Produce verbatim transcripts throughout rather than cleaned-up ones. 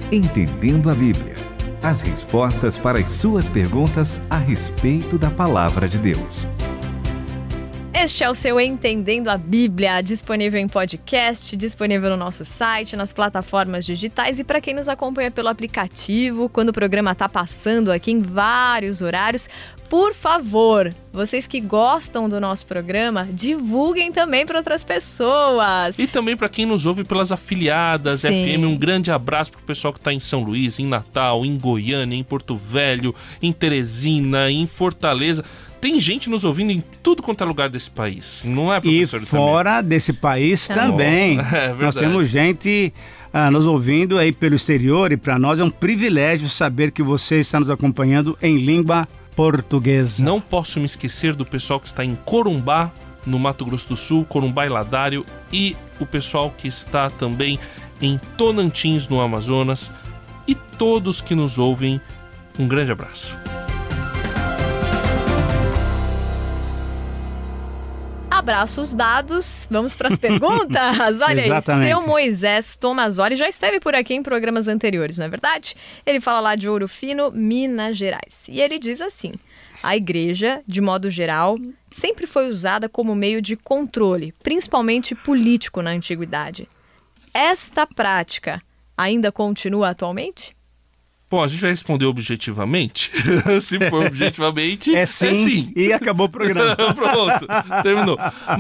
Entendendo a Bíblia. As respostas para as suas perguntas a respeito da Palavra de Deus. Este é o seu Entendendo a Bíblia, disponível em podcast, disponível no nosso site, nas plataformas digitais e para quem nos acompanha pelo aplicativo, quando o programa está passando aqui em vários horários. Por favor, vocês que gostam do nosso programa, divulguem também para outras pessoas. E também para quem nos ouve pelas afiliadas, Sim. F M, um grande abraço para o pessoal que está em São Luís, em Natal, em Goiânia, em Porto Velho, em Teresina, em Fortaleza. Tem gente nos ouvindo em tudo quanto é lugar desse país, não é, professor? E fora também? desse país também. É Nós temos gente ah, nos ouvindo aí pelo exterior e para nós é um privilégio saber que você está nos acompanhando em língua portuguesa. Não posso me esquecer do pessoal que está em Corumbá, no Mato Grosso do Sul, Corumbá e Ladário, e o pessoal que está também em Tonantins, no Amazonas, e todos que nos ouvem, um grande abraço. Abraços dados, vamos para as perguntas. Olha aí, seu Moisés Tomazoli já esteve por aqui em programas anteriores, não é verdade? Ele fala lá de Ouro Fino, Minas Gerais. E ele diz assim: a igreja, de modo geral, sempre foi usada como meio de controle, principalmente político na antiguidade. Esta prática ainda continua atualmente? Bom, a gente vai responder objetivamente. Se for objetivamente, é sim, é sim. E acabou o programa. Pronto, terminou.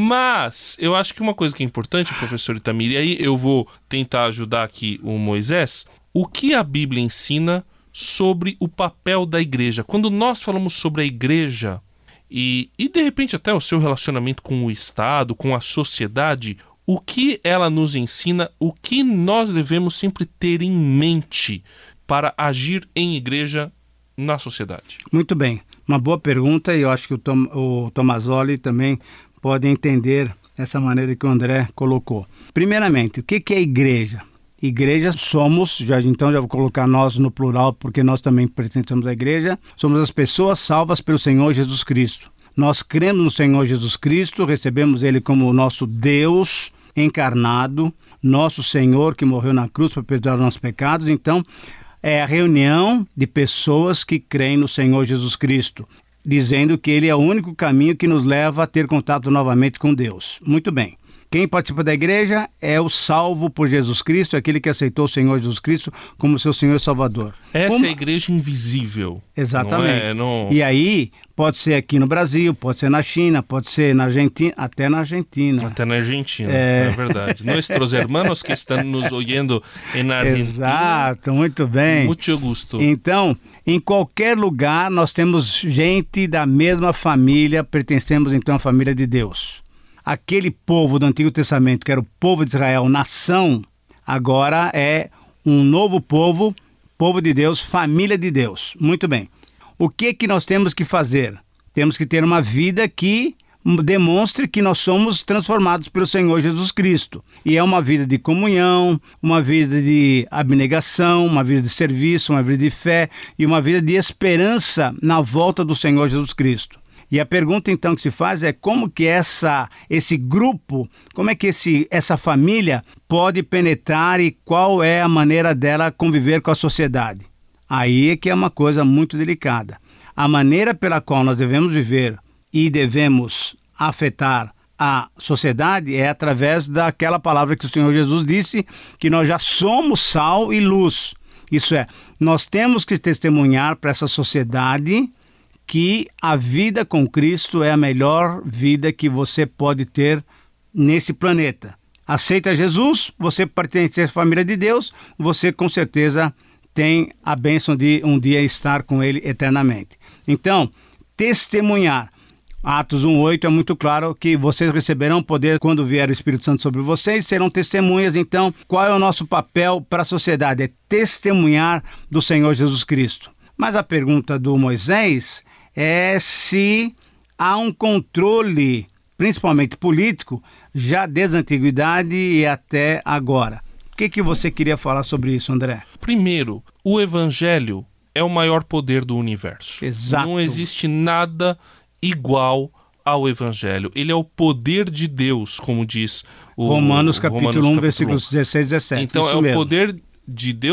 Mas eu acho que uma coisa que é importante, professor Itamir, e aí eu vou tentar ajudar aqui o Moisés, o que a Bíblia ensina sobre o papel da igreja. Quando nós falamos sobre a igreja e, e de repente até o seu relacionamento com o Estado, com a sociedade, o que ela nos ensina, o que nós devemos sempre ter em mente para agir em igreja na sociedade? Muito bem, uma boa pergunta, e eu acho que o, Tom, o Tomazoli também pode entender essa maneira que o André colocou. Primeiramente, o que, que é igreja? Igreja somos, já, então já vou colocar nós no plural, porque nós também pertencemos à igreja, somos as pessoas salvas pelo Senhor Jesus Cristo. Nós cremos no Senhor Jesus Cristo, recebemos Ele como o nosso Deus encarnado, nosso Senhor que morreu na cruz para perdoar os nossos pecados. Então, é a reunião de pessoas que creem no Senhor Jesus Cristo, dizendo que Ele é o único caminho que nos leva a ter contato novamente com Deus. Muito bem. Quem participa da igreja é o salvo por Jesus Cristo, aquele que aceitou o Senhor Jesus Cristo como seu Senhor e Salvador. Essa como... é a igreja invisível. Exatamente. Não é, não... E aí, pode ser aqui no Brasil, pode ser na China, pode ser na Argentina, até na Argentina. Até na Argentina, é, é verdade. Nuestros hermanos que estão nos ouvindo na Argentina. Exato, muito bem. Muito gosto. Então, em qualquer lugar, nós temos gente da mesma família, pertencemos então à família de Deus. Aquele povo do Antigo Testamento, que era o povo de Israel, nação, agora é um novo povo, povo de Deus, família de Deus. Muito bem. O que que nós temos que fazer? Temos que ter uma vida que demonstre que nós somos transformados pelo Senhor Jesus Cristo. E é uma vida de comunhão, uma vida de abnegação, uma vida de serviço, uma vida de fé e uma vida de esperança na volta do Senhor Jesus Cristo. E a pergunta então que se faz é como que essa, esse grupo, como é que esse, essa família pode penetrar e qual é a maneira dela conviver com a sociedade? Aí é que é uma coisa muito delicada. A maneira pela qual nós devemos viver e devemos afetar a sociedade é através daquela palavra que o Senhor Jesus disse, que nós já somos sal e luz. Isso é, nós temos que testemunhar para essa sociedade que a vida com Cristo é a melhor vida que você pode ter nesse planeta. Aceita Jesus, você pertence à família de Deus, você com certeza tem a bênção de um dia estar com Ele eternamente. Então, testemunhar. Atos um, oito é muito claro que vocês receberão poder quando vier o Espírito Santo sobre vocês, serão testemunhas. Então, qual é o nosso papel para a sociedade? É testemunhar do Senhor Jesus Cristo. Mas a pergunta do Moisés é se há um controle, principalmente político, já desde a antiguidade e até agora. O que, que você queria falar sobre isso, André? Primeiro, o Evangelho é o maior poder do universo. Exato. Não existe nada igual ao Evangelho. Ele é o poder de Deus, como diz o Romanos capítulo Romanos, um, capítulo versículos dezesseis e dezessete. Então Isso é mesmo. O poder de Deus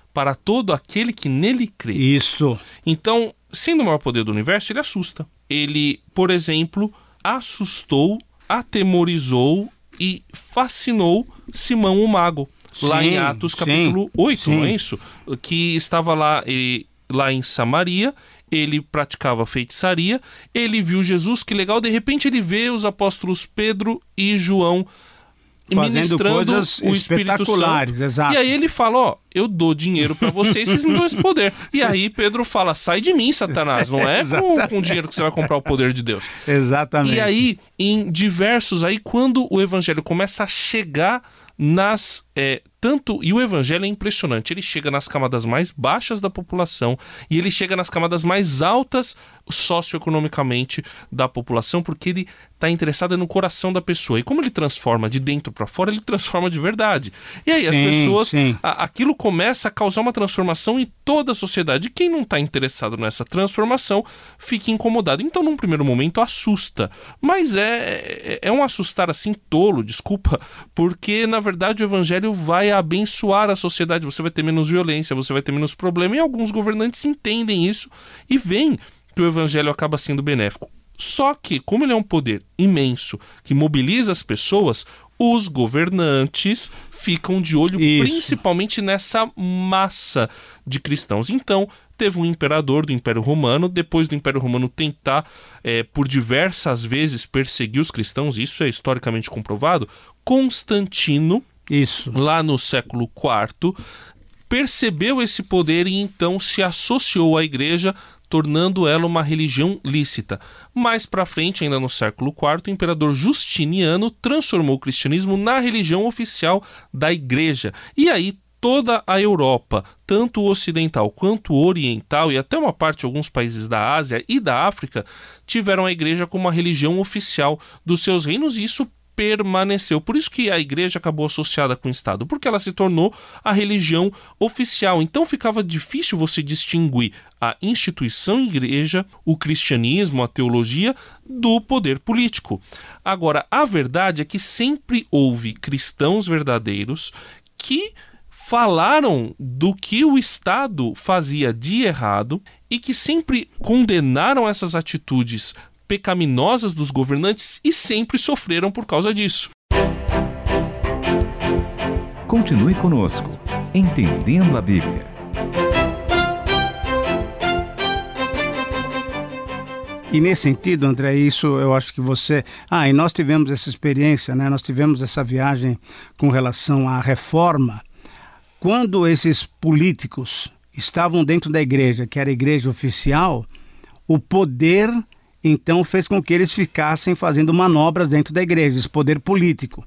para todo aquele que nele crê. Isso. Então, sendo o maior poder do universo, ele assusta. Ele, por exemplo, assustou, atemorizou e fascinou Simão o Mago. Sim, lá em Atos capítulo sim, oito, sim. Não é isso? Que estava lá, ele, lá em Samaria, ele praticava feitiçaria, ele viu Jesus, que legal, de repente ele vê os apóstolos Pedro e João fazendo ministrando coisas o Espírito Santo. Exato. E aí ele fala, ó, eu dou dinheiro para vocês, vocês me dão esse poder. E aí Pedro fala, sai de mim, Satanás, não é com, com dinheiro que você vai comprar o poder de Deus. Exatamente. E aí, em diversos, aí quando o evangelho começa a chegar nas... É, tanto, e o evangelho é impressionante, ele chega nas camadas mais baixas da população e ele chega nas camadas mais altas socioeconomicamente da população, porque ele está interessado no coração da pessoa. E como ele transforma de dentro para fora, ele transforma de verdade. E aí sim, as pessoas, a, aquilo começa a causar uma transformação em toda a sociedade. E quem não está interessado nessa transformação fica incomodado. Então, num primeiro momento, assusta. Mas é, é um assustar assim tolo, desculpa, porque na verdade o evangelho vai abençoar a sociedade. Você vai ter menos violência, você vai ter menos problema. E alguns governantes entendem isso e veem que o evangelho acaba sendo benéfico. Só que, como ele é um poder imenso que mobiliza as pessoas, os governantes ficam de olho Isso. principalmente nessa massa de cristãos. Então, teve um imperador do Império Romano, depois do Império Romano tentar, é, por diversas vezes, perseguir os cristãos, isso é historicamente comprovado, Constantino, Isso. lá no século quarto, percebeu esse poder e então se associou à igreja, tornando ela uma religião lícita. Mais para frente, ainda no século quarto, o imperador Justiniano transformou o cristianismo na religião oficial da igreja. E aí toda a Europa, tanto o ocidental quanto o oriental e até uma parte de alguns países da Ásia e da África, tiveram a igreja como a religião oficial dos seus reinos, e isso permaneceu. Por isso que a igreja acabou associada com o Estado, porque ela se tornou a religião oficial. Então ficava difícil você distinguir a instituição igreja, o cristianismo, a teologia, do poder político. Agora, a verdade é que sempre houve cristãos verdadeiros que falaram do que o Estado fazia de errado e que sempre condenaram essas atitudes pecaminosas dos governantes e sempre sofreram por causa disso. Continue conosco, Entendendo a Bíblia. E nesse sentido, André, isso eu acho que você... Ah, e nós tivemos essa experiência, né? Nós tivemos essa viagem com relação à reforma. Quando esses políticos estavam dentro da igreja, que era a igreja oficial, o poder... Então fez com que eles ficassem fazendo manobras dentro da igreja, esse poder político.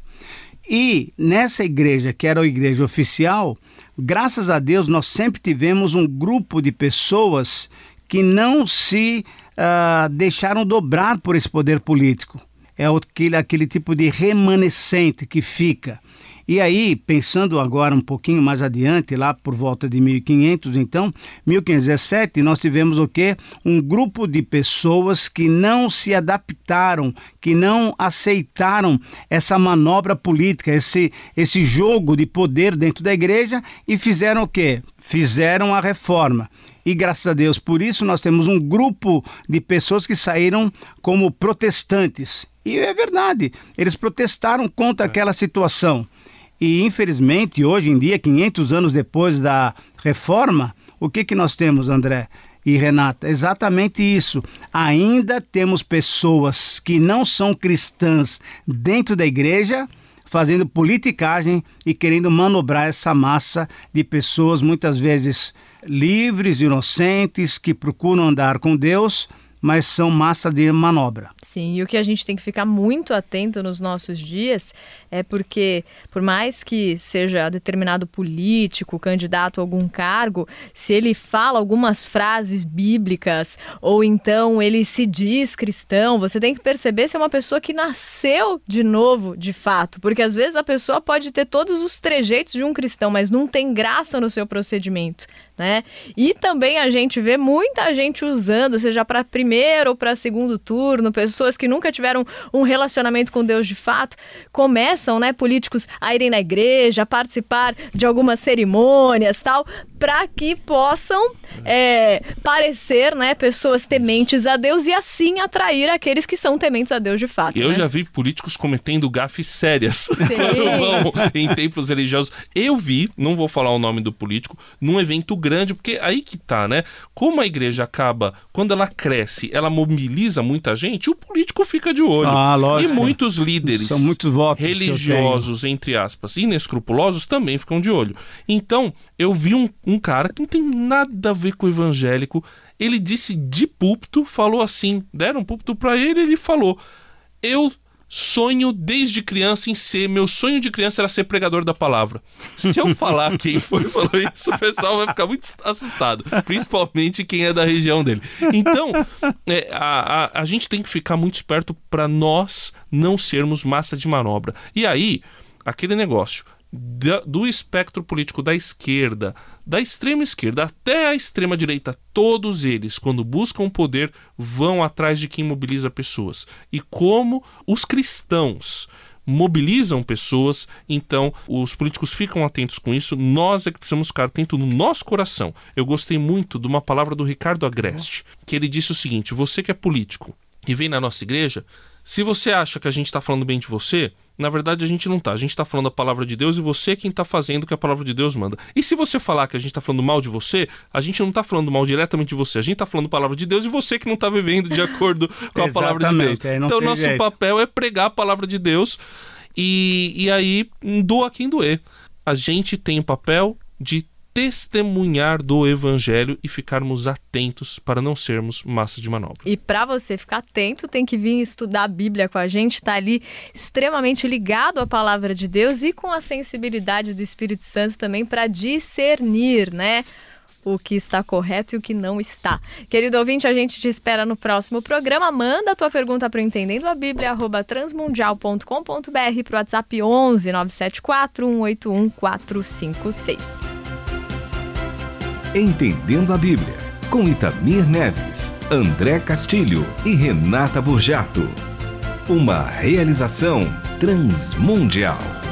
E nessa igreja, que era a igreja oficial, graças a Deus nós sempre tivemos um grupo de pessoas que não se uh, deixaram dobrar por esse poder político. É aquele, aquele tipo de remanescente que fica. E aí, pensando agora um pouquinho mais adiante, lá por volta de mil e quinhentos, então, mil quinhentos e dezessete, nós tivemos o quê? Um grupo de pessoas que não se adaptaram, que não aceitaram essa manobra política, esse, esse jogo de poder dentro da igreja, e fizeram o quê? Fizeram a reforma. E graças a Deus, por isso nós temos um grupo de pessoas que saíram como protestantes. E é verdade, eles protestaram contra aquela situação. E, infelizmente, hoje em dia, quinhentos anos depois da reforma, o que, que nós temos, André e Renata? Exatamente isso. Ainda temos pessoas que não são cristãs dentro da igreja, fazendo politicagem e querendo manobrar essa massa de pessoas, muitas vezes livres, inocentes, que procuram andar com Deus, mas são massa de manobra. Sim, e o que a gente tem que ficar muito atento nos nossos dias é porque, por mais que seja determinado político, candidato a algum cargo, se ele fala algumas frases bíblicas ou então ele se diz cristão, você tem que perceber se é uma pessoa que nasceu de novo, de fato, porque às vezes a pessoa pode ter todos os trejeitos de um cristão, mas não tem graça no seu procedimento, né? E também a gente vê muita gente usando, seja para primeiro ou para segundo turno, pessoas que nunca tiveram um relacionamento com Deus de fato, começam, né, políticos a irem na igreja, a participar de algumas cerimônias, tal, para que possam é, parecer, né, pessoas tementes a Deus e assim atrair aqueles que são tementes a Deus de fato. Eu né? já vi políticos cometendo gafes sérias vão em templos religiosos. Eu vi, não vou falar o nome do político, num evento grande, porque aí que tá, né? Como a igreja acaba, quando ela cresce, ela mobiliza muita gente, o político fica de olho. Ah, lógico. E muitos líderes São muitos votos religiosos, entre aspas, inescrupulosos, também ficam de olho. Então, eu vi um, um cara que não tem nada a ver com o evangélico, ele disse de púlpito, falou assim, deram um púlpito pra ele, ele falou, eu sonho desde criança em ser, meu sonho de criança era ser pregador da palavra. Se eu falar quem foi falou isso, o pessoal vai ficar muito assustado, principalmente quem é da região dele. Então, é, a, a, a gente tem que ficar muito esperto para nós não sermos massa de manobra. E aí, aquele negócio do espectro político da esquerda, da extrema esquerda até a extrema direita, todos eles, quando buscam poder, vão atrás de quem mobiliza pessoas. E como os cristãos mobilizam pessoas, então os políticos ficam atentos com isso, nós é que precisamos ficar atentos no nosso coração. Eu gostei muito de uma palavra do Ricardo Agreste, que ele disse o seguinte, você que é político e vem na nossa igreja, se você acha que a gente está falando bem de você, na verdade a gente não está. A gente está falando a palavra de Deus e você é quem está fazendo o que a palavra de Deus manda. E se você falar que a gente está falando mal de você, a gente não está falando mal diretamente de você. A gente está falando a palavra de Deus e você que não está vivendo de acordo com a palavra de Deus. Então nosso jeito. papel é pregar a palavra de Deus e, e aí doa quem doer. A gente tem o papel de testemunhar do evangelho e ficarmos atentos para não sermos massa de manobra. E para você ficar atento, tem que vir estudar a Bíblia com a gente, tá ali extremamente ligado à palavra de Deus e com a sensibilidade do Espírito Santo também para discernir, né, o que está correto e o que não está. Querido ouvinte, a gente te espera no próximo programa. Manda a tua pergunta para o Entendendo a Bíblia, arroba transmundial ponto com ponto b r, para o WhatsApp onze nove sete quatro um oito um quatro cinco seis. Entendendo a Bíblia, com Itamir Neves, André Castilho e Renata Burjato. Uma realização Transmundial.